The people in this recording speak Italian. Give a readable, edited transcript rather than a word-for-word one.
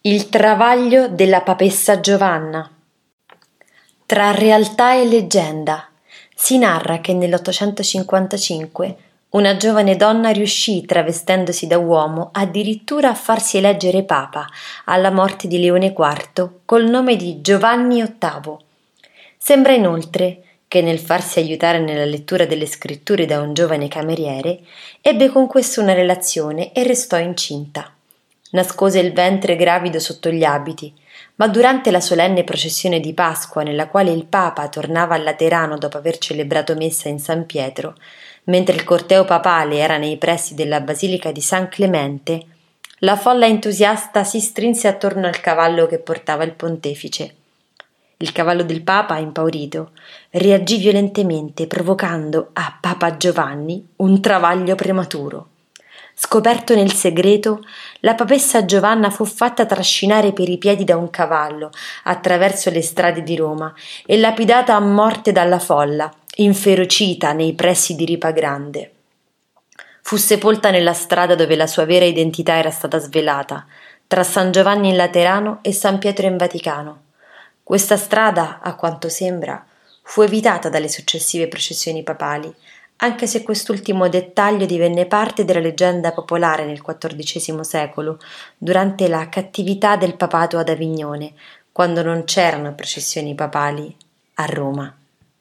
Il travaglio della papessa Giovanna. Tra realtà e leggenda si narra che nell'855 una giovane donna riuscì, travestendosi da uomo, addirittura a farsi eleggere papa alla morte di Leone IV col nome di Giovanni VIII. Sembra inoltre che nel farsi aiutare nella lettura delle scritture da un giovane cameriere ebbe con questo una relazione e restò incinta. Nascose il ventre gravido sotto gli abiti, ma durante la solenne processione di Pasqua nella quale il Papa tornava al Laterano dopo aver celebrato messa in San Pietro, mentre il corteo papale era nei pressi della Basilica di San Clemente, la folla entusiasta si strinse attorno al cavallo che portava il pontefice. Il cavallo del Papa, impaurito, reagì violentemente, provocando a Papa Giovanni un travaglio prematuro. Scoperto nel segreto, la papessa Giovanna fu fatta trascinare per i piedi da un cavallo attraverso le strade di Roma e lapidata a morte dalla folla, inferocita nei pressi di Ripa Grande. Fu sepolta nella strada dove la sua vera identità era stata svelata, tra San Giovanni in Laterano e San Pietro in Vaticano. Questa strada, a quanto sembra, fu evitata dalle successive processioni papali, anche se quest'ultimo dettaglio divenne parte della leggenda popolare nel XIV secolo, durante la cattività del papato ad Avignone, quando non c'erano processioni papali a Roma.